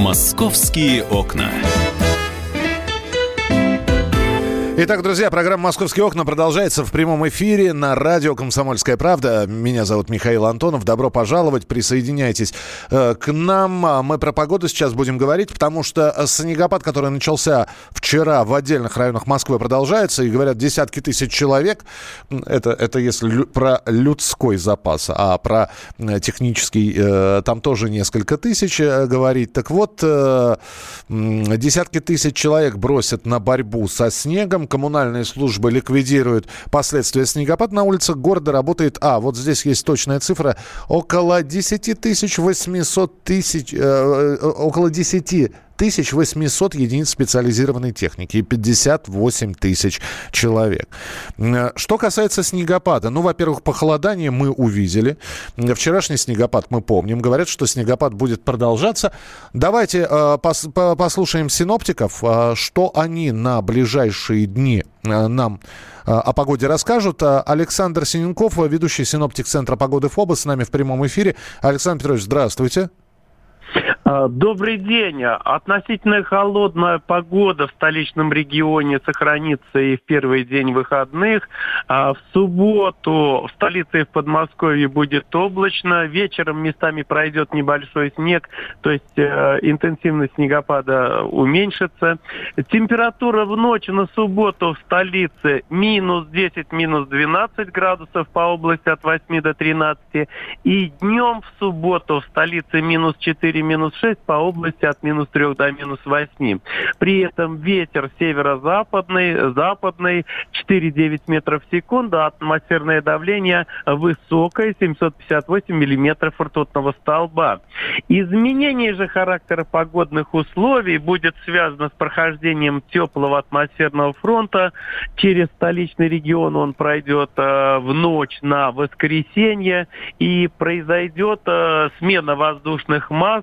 «Московские окна». Итак, друзья, программа «Московские окна» продолжается в прямом эфире на радио «Комсомольская правда». Меня зовут Михаил Антонов. Добро пожаловать, присоединяйтесь к нам. Мы про погоду сейчас будем говорить, потому что снегопад, который начался вчера в отдельных районах Москвы, продолжается. И, говорят, десятки тысяч человек. Это если про людской запас, а про технический там тоже несколько тысяч говорить. Так вот, десятки тысяч человек бросят на борьбу со снегом. Коммунальные службы ликвидируют последствия снегопада. На улицах города работает, вот здесь есть точная цифра, около 10 800 единиц специализированной техники и 58 тысяч человек. Что касается снегопада, во-первых, похолодание мы увидели. Вчерашний снегопад мы помним. Говорят, что снегопад будет продолжаться. Давайте послушаем синоптиков, что они на ближайшие дни нам о погоде расскажут. Александр Синенков, ведущий синоптик Центра погоды ФОБОС, с нами в прямом эфире. Александр Петрович, здравствуйте. Добрый день. Относительно холодная погода в столичном регионе сохранится и в первый день выходных. В субботу в столице и в Подмосковье будет облачно. Вечером местами пройдет небольшой снег, то есть интенсивность снегопада уменьшится. Температура в ночь на субботу в столице минус 10, минус 12 градусов, по области от 8 до 13. И днем в субботу в столице минус 4, минус 6, по области от минус 3 до минус 8. При этом ветер северо-западный, западный 4-9 метров в секунду, атмосферное давление высокое 758 миллиметров ртутного столба. Изменение же характера погодных условий будет связано с прохождением теплого атмосферного фронта через столичный регион. Он пройдет в ночь на воскресенье, и произойдет смена воздушных масс.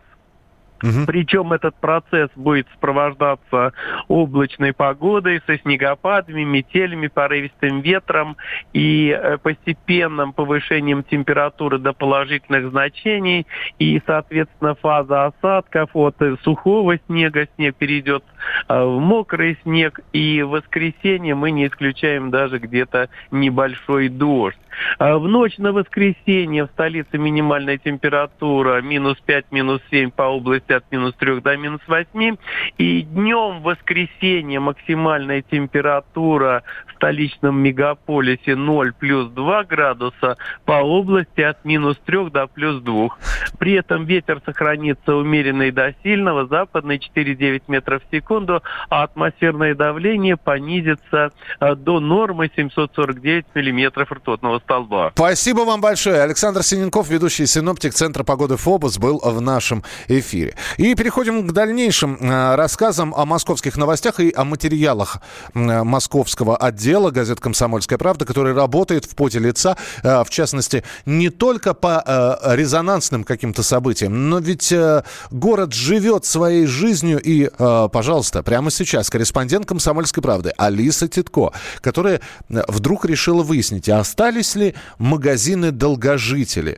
Причем этот процесс будет сопровождаться облачной погодой, со снегопадами, метелями, порывистым ветром и постепенным повышением температуры до положительных значений. И, соответственно, фаза осадков от сухого снега, снег перейдет в мокрый снег. И в воскресенье мы не исключаем даже где-то небольшой дождь. В ночь на воскресенье в столице минимальная температура минус 5, минус 7, по области от минус 3 до минус 8. И днем в воскресенье максимальная температура в столичном мегаполисе 0 плюс 2 градуса, по области от минус 3 до плюс 2. При этом ветер сохранится умеренный до сильного, западный 4-9 метров в секунду, а атмосферное давление понизится до нормы 749 миллиметров ртутного столба. Спасибо вам большое. Александр Синенков, ведущий синоптик Центра погоды ФОБОС, был в нашем эфире. И переходим к дальнейшим рассказам о московских новостях и о материалах московского отдела газеты «Комсомольская правда», который работает в поте лица, в частности, не только по резонансным каким-то событиям, но ведь город живет своей жизнью. И, пожалуйста, прямо сейчас корреспондент «Комсомольской правды» Алиса Титко, которая вдруг решила выяснить, остались ли магазины-долгожители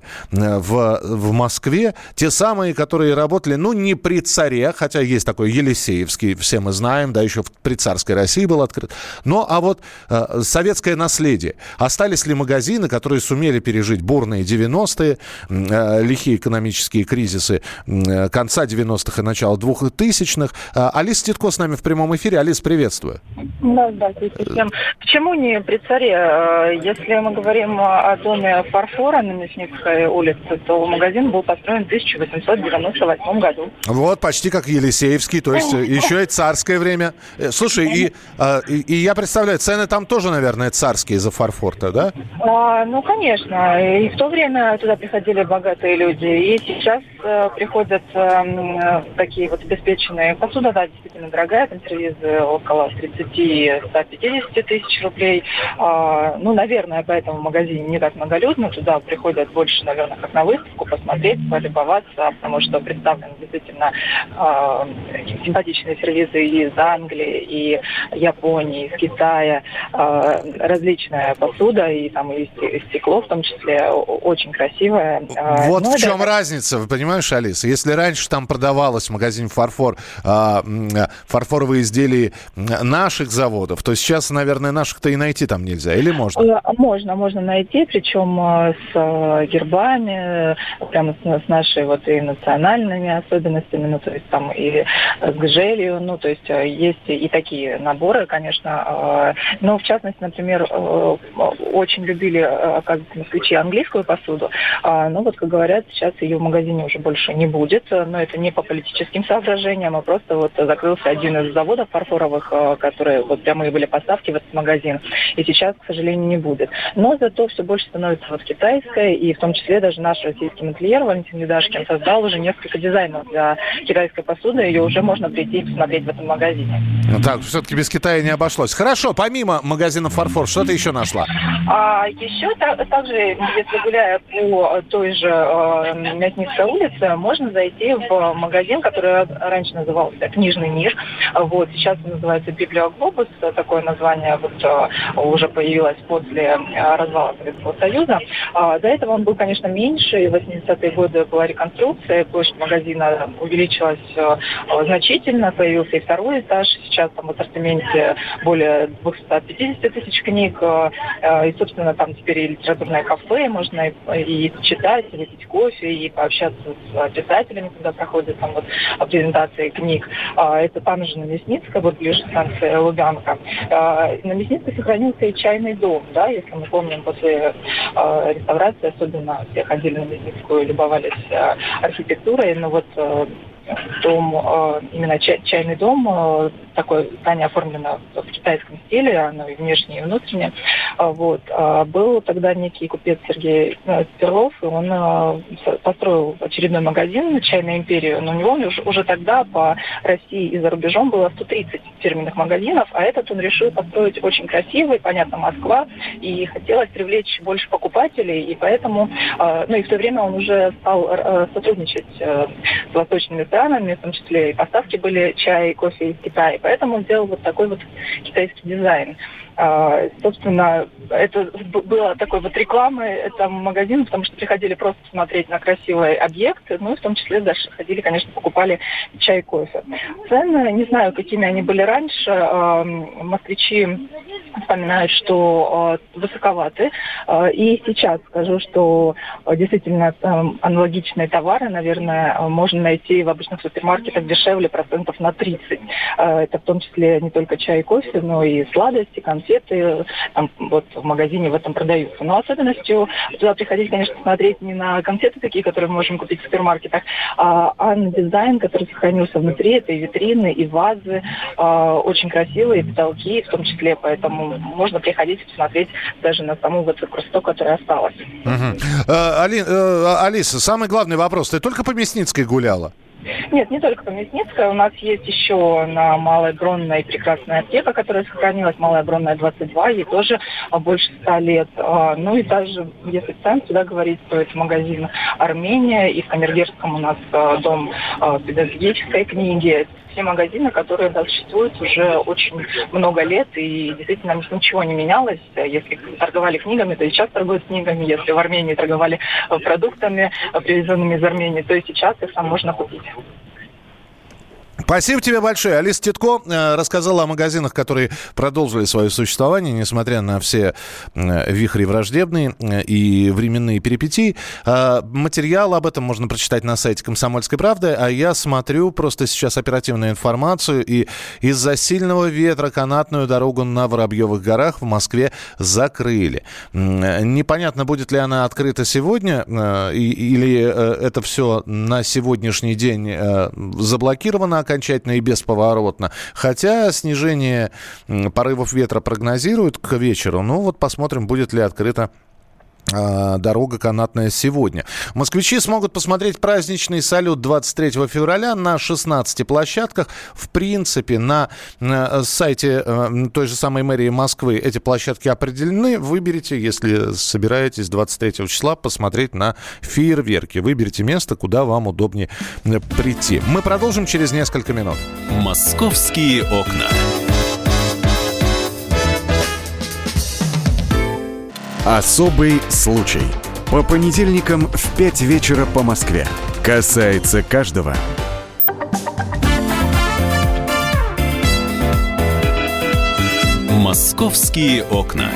в Москве, те самые, которые работали, не при царе, хотя есть такой Елисеевский, все мы знаем, да, еще при царской России был открыт. А вот советское наследие. Остались ли магазины, которые сумели пережить бурные 90-е, лихие экономические кризисы конца 90-х и начала 2000-х? Алиса Титко с нами в прямом эфире. Алис, приветствую. Да, всем. Почему не при царе? Если мы говорим о доме фарфора на Мясницкой улице, то магазин был построен в 1898 году. Вот, почти как Елисеевский, то есть еще и царское время. Слушай, и я представляю, цены там тоже, наверное, царские за фарфор-то, да? Конечно. И в то время туда приходили богатые люди, и сейчас приходят такие вот обеспеченные. Посуда, да, действительно довольно дорогая, там сервизы около 30-150 тысяч рублей. Наверное, поэтому в магазине не так многолюдно. Туда приходят больше, наверное, как на выставку, посмотреть, полюбоваться, потому что представлены действительно симпатичные сервизы и из Англии, и Японии, из Китая. Различная посуда, и там и стекло в том числе, очень красивое. Вот в чем разница, вы понимаешь, Алиса? Если раньше там продавалось в магазине «Фарфор» фарфоровые изделия наших заводов, то сейчас, наверное, наших-то и найти там нельзя, или можно? Можно найти, причем с гербами, прямо с нашей вот и национальными особенностями, то есть там и с гжелью, то есть есть и такие наборы, конечно. Но в частности, например, очень любили, оказывается, москвичи английскую посуду, но вот, как говорят, сейчас ее в магазине уже больше не будет, но это не по политическим соображениям, а просто вот закрылся один из заводов фарфоровых, которые вот прямые были поставки в этот магазин, и сейчас, к сожалению, не будет. Но зато все больше становится вот китайское, и в том числе даже наш российский модельер Валентин Юдашкин создал уже несколько дизайнов для китайской посуды, ее уже можно прийти и посмотреть в этом магазине. Так, все-таки без Китая не обошлось. Хорошо, помимо магазина «Фарфор», что ты еще нашла? Еще также, если гуляя по той же Мясницкой улице, можно зайти в магазин, который раньше назывался «Книжный мир». Вот, сейчас он называется «Библиоглобус». Такое название уже появилось после развала Советского Союза. До этого он был, конечно, меньше, и в 80-е годы была реконструкция, площадь магазина увеличилась значительно, появился и второй этаж. Сейчас там в ассортименте более 250 тысяч книг, и, собственно, там теперь и литературное кафе, можно и читать, и выпить кофе, и пообщаться с писателями, когда проходят там вот презентации книг. Это там же на Мясницкой, вот ближе к станции Лубянка. На Мясницкой сохранился и чайный дом, да, если мы помним, после реставрации особенно все ходили на Мясницкую, любовались архитектурой, но вот дом, именно чайный дом, такое здание оформлено в китайском стиле, оно и внешне, и внутренне. Вот. Был тогда некий купец Сергей Сперлов, и он построил очередной магазин «Чайная империя», но у него уже тогда по России и за рубежом было 130 фирменных магазинов, а этот он решил построить очень красивый, понятно, Москва, и хотелось привлечь больше покупателей, и поэтому, и в то время он уже стал сотрудничать с восточными странами, в том числе и поставки были чай, кофе из Китая, поэтому он сделал вот такой вот китайский дизайн. Собственно, это было такой вот рекламой этому магазину, потому что приходили просто смотреть на красивый объект, ну и в том числе даже ходили, конечно, покупали чай и кофе. Цены, не знаю, какими они были раньше, москвичи вспоминают, что высоковаты, и сейчас скажу, что действительно аналогичные товары, наверное, можно найти в обычных супермаркетах дешевле процентов на 30. Это в том числе не только чай и кофе, но и сладости, конфеты, там, вот в магазине в этом продаются. Но особенностью туда приходить, конечно, смотреть не на конфеты такие, которые мы можем купить в супермаркетах, а на дизайн, который сохранился внутри. Это и витрины, и вазы, очень красивые, и потолки в том числе, поэтому можно приходить и посмотреть даже на саму вот эту красоту, которая осталась. Алиса, самый главный вопрос. Ты только по Мясницкой гуляла? Нет, не только по Мясницкой. У нас есть еще на Малой Бронной прекрасная аптека, которая сохранилась, Малая Бронная 22, ей тоже больше 100 лет. Ну и даже, если сам сюда говорить, то это магазин «Армения», и в Камергерском у нас дом педагогической книги. Все магазины, которые существуют уже очень много лет, и действительно ничего не менялось. Если торговали книгами, то и сейчас торгуют книгами. Если в Армении торговали продуктами, привезенными из Армении, то и сейчас их там можно купить. Спасибо тебе большое. Алиса Титко рассказала о магазинах, которые продолжили свое существование, несмотря на все вихри враждебные и временные перипетии. Материал об этом можно прочитать на сайте «Комсомольской правды». А я смотрю просто сейчас оперативную информацию. И из-за сильного ветра канатную дорогу на Воробьевых горах в Москве закрыли. Непонятно, будет ли она открыта сегодня, или это все на сегодняшний день заблокировано окончательно и бесповоротно. Хотя снижение порывов ветра прогнозируют к вечеру. Ну вот посмотрим, будет ли открыта дорога канатная сегодня. Москвичи смогут посмотреть праздничный салют 23 февраля на 16 площадках. В принципе, на сайте той же самой мэрии Москвы эти площадки определены. Выберите, если собираетесь 23 числа посмотреть на фейерверки. Выберите место, куда вам удобнее прийти. Мы продолжим через несколько минут. «Московские окна». Особый случай. По понедельникам в 5 вечера по Москве. Касается каждого. «Московские окна».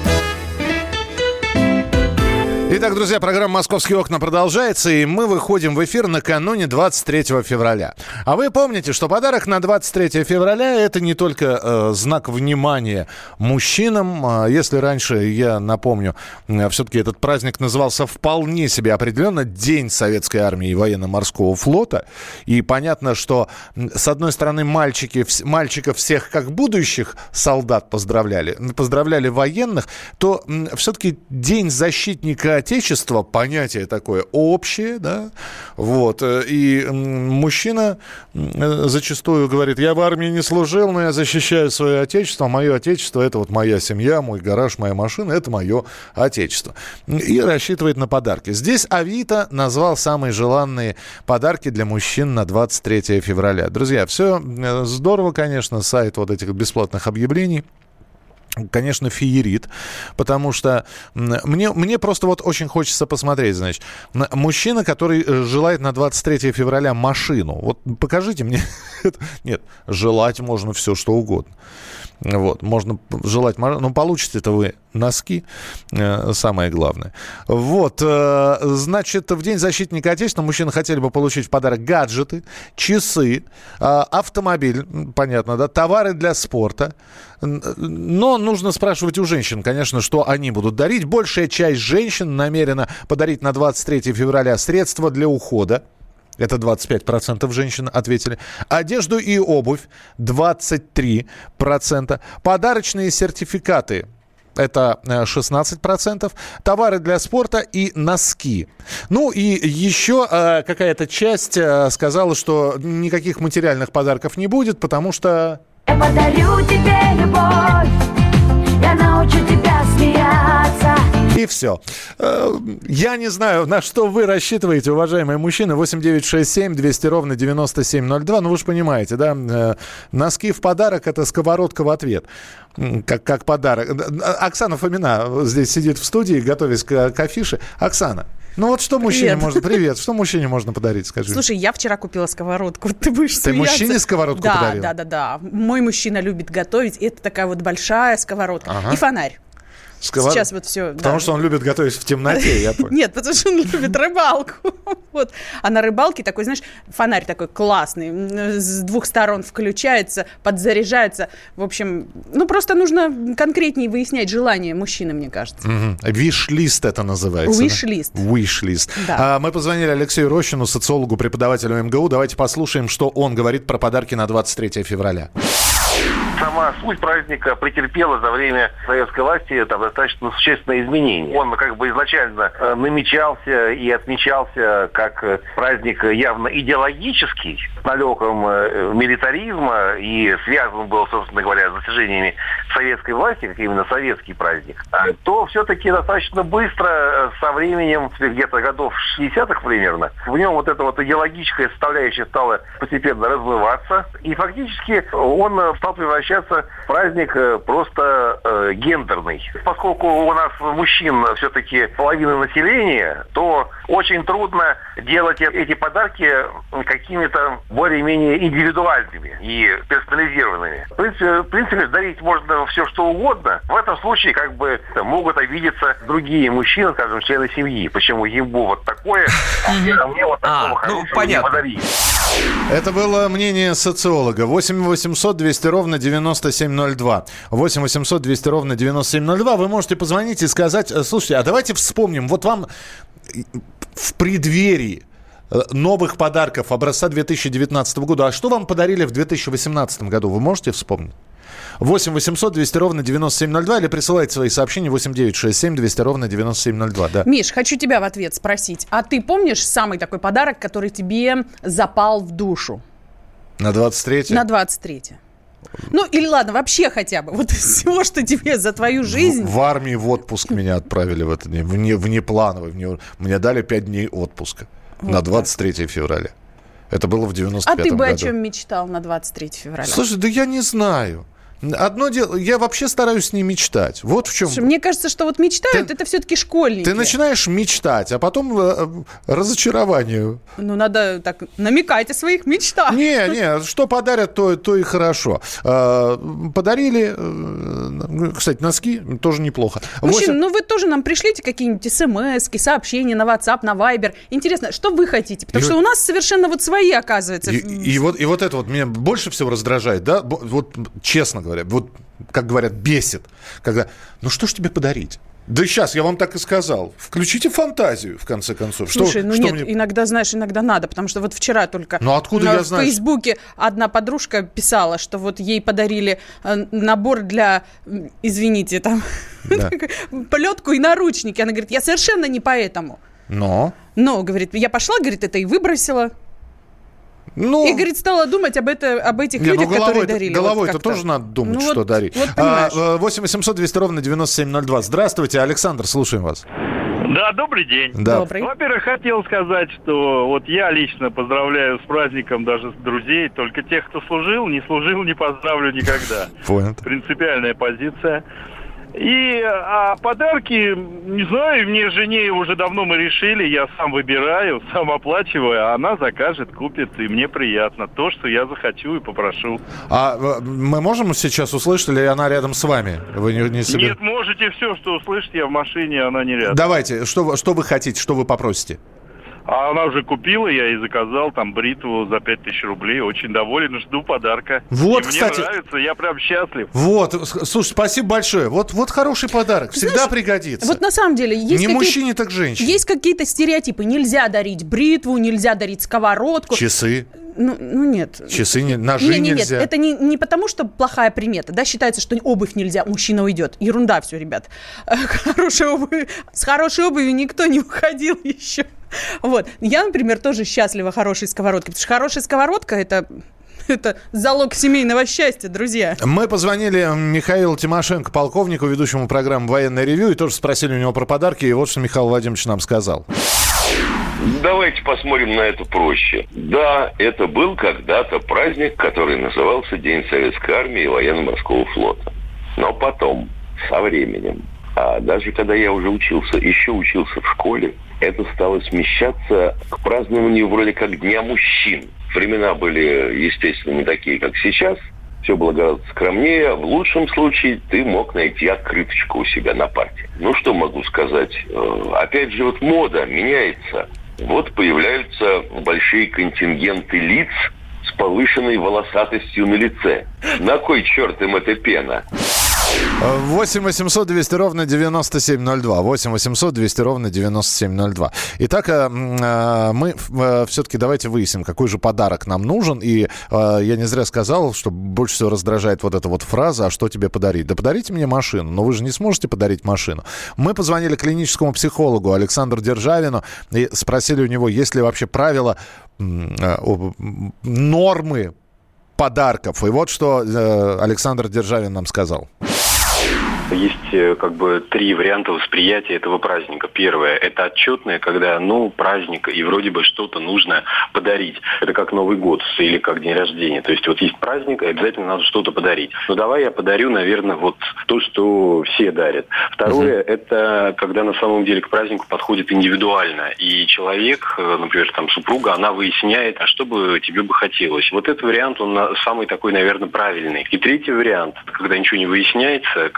Итак, друзья, программа «Московские окна» продолжается, и мы выходим в эфир накануне 23 февраля. А вы помните, что подарок на 23 февраля – это не только знак внимания мужчинам. Если раньше, я напомню, все-таки этот праздник назывался вполне себе определенно День Советской Армии и Военно-Морского флота. И понятно, что, с одной стороны, мальчиков всех как будущих солдат поздравляли военных, то все-таки День защитника Отечество, понятие такое общее, да, вот, и мужчина зачастую говорит: я в армии не служил, но я защищаю свое отечество, мое отечество — это вот моя семья, мой гараж, моя машина — это мое отечество, и рассчитывает на подарки. Здесь Авито назвал самые желанные подарки для мужчин на 23 февраля. Друзья, все здорово, конечно, сайт вот этих бесплатных объявлений, конечно, феерит, потому что мне просто вот очень хочется посмотреть, значит, мужчина, который желает на 23 февраля машину. Вот покажите мне. Нет, желать можно все, что угодно. Вот, можно желать, но получите-то вы носки, самое главное. Вот, значит, в День защитника Отечества мужчины хотели бы получить в подарок гаджеты, часы, автомобиль, понятно, да, товары для спорта. Но нужно спрашивать у женщин, конечно, что они будут дарить. Большая часть женщин намерена подарить на 23 февраля средства для ухода. Это 25% женщин ответили. Одежду и обувь 23%. Подарочные сертификаты. Это 16%. Товары для спорта и носки. Ну и еще какая-то часть сказала, что никаких материальных подарков не будет, потому что... Я подарю тебе любовь, я научу тебя смеяться. И все. Я не знаю, на что вы рассчитываете, уважаемые мужчины. 8967 200 ровно 9702. Ну, вы же понимаете, да? Носки в подарок – это сковородка в ответ. Как подарок. Оксана Фомина здесь сидит в студии, готовясь к афише. Оксана, ну вот что мужчине можно... Привет. Что мужчине можно подарить, скажи? Слушай, я вчера купила сковородку. Ты будешь смеяться. Ты мужчине сковородку подарила? Да. Мой мужчина любит готовить. Это такая вот большая сковородка. Ага. И фонарь. Сейчас вот все. Потому что он любит готовить в темноте, я понял. Нет, потому что он любит рыбалку. Вот. А на рыбалке такой, знаешь, фонарь такой классный, с двух сторон включается, подзаряжается. В общем, ну просто нужно конкретнее выяснять желание мужчины, мне кажется. Виш-лист это называется. Виш-лист. Виш-лист. Да. Мы позвонили Алексею Рощину, социологу, преподавателю МГУ. Давайте послушаем, что он говорит про подарки на 23 февраля. Сама суть праздника претерпела за время советской власти там достаточно существенные изменения. Он как бы изначально намечался и отмечался как праздник явно идеологический, с налетом милитаризма, и связан был, собственно говоря, с достижениями советской власти, как именно советский праздник, то все-таки достаточно быстро, со временем, где-то годов 60-х примерно, в нем вот эта вот идеологическая составляющая стала постепенно размываться, и фактически он стал превращаться в праздник просто гендерный. Поскольку у нас мужчин все-таки половина населения, то очень трудно делать эти подарки какими-то более-менее индивидуальными и персонализированными. В принципе, дарить можно все, что угодно. В этом случае как бы могут обидеться другие мужчины, скажем, члены семьи. Почему ему вот такое, а мне вот такого хорошего не подарили. Это было мнение социолога. 8 800 200 ровно 9702. 8 800 200 ровно 9702. Вы можете позвонить и сказать: слушайте, а давайте вспомним. Вот вам в преддверии новых подарков образца 2019 года. А что вам подарили в 2018 году? Вы можете вспомнить? 8 800 200 ровно 9702 или присылайте свои сообщения 8 967 200 ровно 9702. Да. Миш, хочу тебя в ответ спросить. А ты помнишь самый такой подарок, который тебе запал в душу? На 23-е? На 23-е. Ну, или ладно, вообще хотя бы. Вот из всего, что тебе за твою жизнь... В армии в отпуск меня отправили в этот день. Внеплановый. Мне дали 5 дней отпуска вот на 23 февраля. Это было в 95-м году. А ты бы о чем мечтал на 23 февраля? Слушай, да я не знаю. Одно дело, я вообще стараюсь не мечтать. Вот в чем. Слушай, мне кажется, что вот мечтают, это все-таки школьники. Ты начинаешь мечтать, а потом разочарование. Ну, надо так намекать о своих мечтах. Не, что подарят, то и хорошо. Подарили, кстати, носки, тоже неплохо. Мужчина, ну вы тоже нам пришлите какие-нибудь смс-ки, сообщения на WhatsApp, на Viber. Интересно, что вы хотите? Потому что у нас совершенно вот свои, оказывается. И вот это вот меня больше всего раздражает, да, вот честно говоря, вот, как говорят, бесит, когда, ну что ж тебе подарить? Да сейчас, я вам так и сказал. Включите фантазию, в конце концов. Слушай, иногда, знаешь, иногда надо, потому что вот вчера только в Фейсбуке одна подружка писала, что вот ей подарили набор для, извините, там, плетку и наручники. Она говорит, я совершенно не поэтому. Но, говорит, я пошла, говорит, это и выбросила. И, говорит, стала думать об этих людях, которые дарили. Головой-то тоже надо думать, что дарить. 8 800 200 ровно 9702. Здравствуйте, Александр, слушаем вас. Да, добрый день. Да. Добрый. Во-первых, хотел сказать, что вот я лично поздравляю с праздником даже друзей, только тех, кто служил, не поздравлю никогда. Понял. Принципиальная позиция. И подарки, не знаю, мне жене уже давно мы решили, я сам выбираю, сам оплачиваю, а она закажет, купит, и мне приятно. То, что я захочу и попрошу. А мы можем сейчас услышать, или она рядом с вами? Вы не себе... Нет, можете все, что услышать, я в машине, она не рядом. Давайте, что вы хотите, что вы попросите? А она уже купила, я ей заказал там бритву за 5000 рублей. Очень доволен, жду подарка. Вот, и кстати, мне нравится, я прям счастлив. Вот, слушай, спасибо большое. Вот хороший подарок, всегда пригодится. Вот на самом деле есть не мужчине, так женщине. Есть какие-то стереотипы. Нельзя дарить бритву, нельзя дарить сковородку. Часы. Ну нет. Часы, ножи нельзя. Нет, это не потому, что плохая примета. Да, считается, что обувь нельзя, мужчина уйдет. Ерунда все, ребят. С хорошей обувью никто не уходил еще. Вот. Я, например, тоже счастлива хорошей сковородкой, потому что хорошая сковородка – это залог семейного счастья, друзья. Мы позвонили Михаилу Тимошенко, полковнику, ведущему программы «Военное ревью», и тоже спросили у него про подарки, и вот что Михаил Владимирович нам сказал. Давайте посмотрим на это проще. Да, это был когда-то праздник, который назывался День Советской Армии и Военно-Морского флота. Но потом, со временем, а даже когда я уже еще учился в школе, это стало смещаться к празднованию вроде как Дня мужчин. Времена были, естественно, не такие, как сейчас. Все было гораздо скромнее. В лучшем случае ты мог найти открыточку у себя на парте. Ну, что могу сказать? Опять же, вот мода меняется. Вот появляются большие контингенты лиц с повышенной волосатостью на лице. На кой черт им эта пена? 8 800 200 ровно 9702. 8 800 200 ровно 9702. Итак, мы все-таки давайте выясним, какой же подарок нам нужен. И я не зря сказал, что больше всего раздражает вот эта вот фраза «а что тебе подарить?». Да подарите мне машину, но вы же не сможете подарить машину. Мы позвонили клиническому психологу Александру Державину и спросили у него, есть ли вообще правила, нормы подарков. И вот что Александр Державин нам сказал. Есть как бы три варианта восприятия этого праздника. Первое – это отчетное, когда, праздник, и вроде бы что-то нужно подарить. Это как Новый год или как день рождения. То есть вот есть праздник, и обязательно надо что-то подарить. Но давай я подарю, наверное, вот то, что все дарят. Второе – это когда на самом деле к празднику подходит индивидуально. И человек, например, там супруга, она выясняет, а что бы тебе бы хотелось. Вот этот вариант, он самый такой, наверное, правильный. И третий вариант, когда ничего не выясняется, когда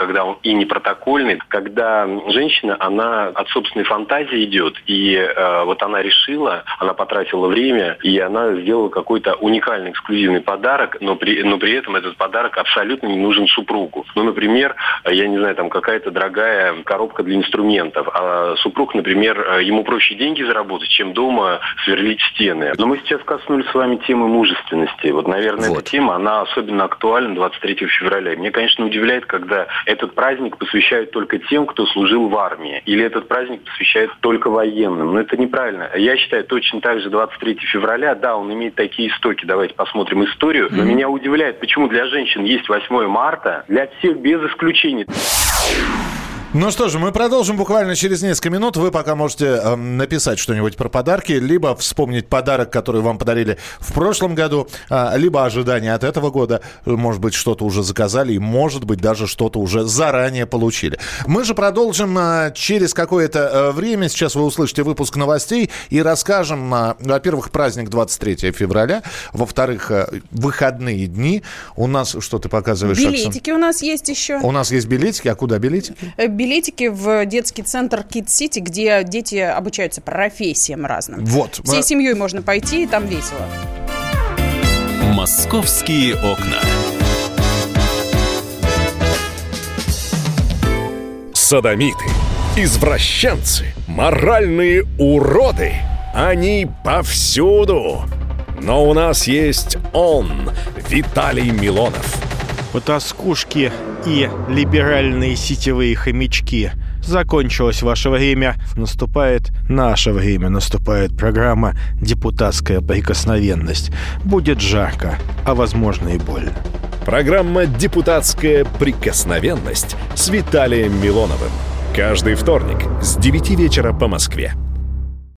и не протокольный, когда женщина, она от собственной фантазии идет, и вот она решила, она потратила время, и она сделала какой-то уникальный эксклюзивный подарок, но при этом этот подарок абсолютно не нужен супругу. Ну, например, я не знаю, там какая-то дорогая коробка для инструментов, а супруг, например, ему проще деньги заработать, чем дома сверлить стены. Но мы сейчас коснулись с вами темы мужественности. Вот, наверное, эта тема, она особенно актуальна 23 февраля. И мне, конечно, удивляет, когда этот праздник посвящают только тем, кто служил в армии, или этот праздник посвящают только военным. Но это неправильно. Я считаю, точно так же 23 февраля, да, он имеет такие истоки. Давайте посмотрим историю. Но меня удивляет, почему для женщин есть 8 марта, для всех без исключения. Ну что же, мы продолжим буквально через несколько минут. Вы пока можете написать что-нибудь про подарки, либо вспомнить подарок, который вам подарили в прошлом году, либо ожидания от этого года. Может быть, что-то уже заказали, и, может быть, даже что-то уже заранее получили. Мы же продолжим через какое-то время. Сейчас вы услышите выпуск новостей и расскажем, во-первых, праздник 23 февраля, во-вторых, выходные дни. У нас, что ты показываешь, билетики Оксан? У нас есть еще. У нас есть билетики. А куда билетики? Билетики в детский центр Kids City, где дети обучаются профессиям разным. Вот. Всей семьей можно пойти, и там весело. Московские окна. Содомиты, извращенцы, моральные уроды. Они повсюду. Но у нас есть он, Виталий Милонов. Потаскушки и либеральные сетевые хомячки. Закончилось ваше время, наступает наше время, наступает программа «Депутатская прикосновенность». Будет жарко, а возможно и больно. Программа «Депутатская прикосновенность» с Виталием Милоновым. Каждый вторник с 9 вечера по Москве.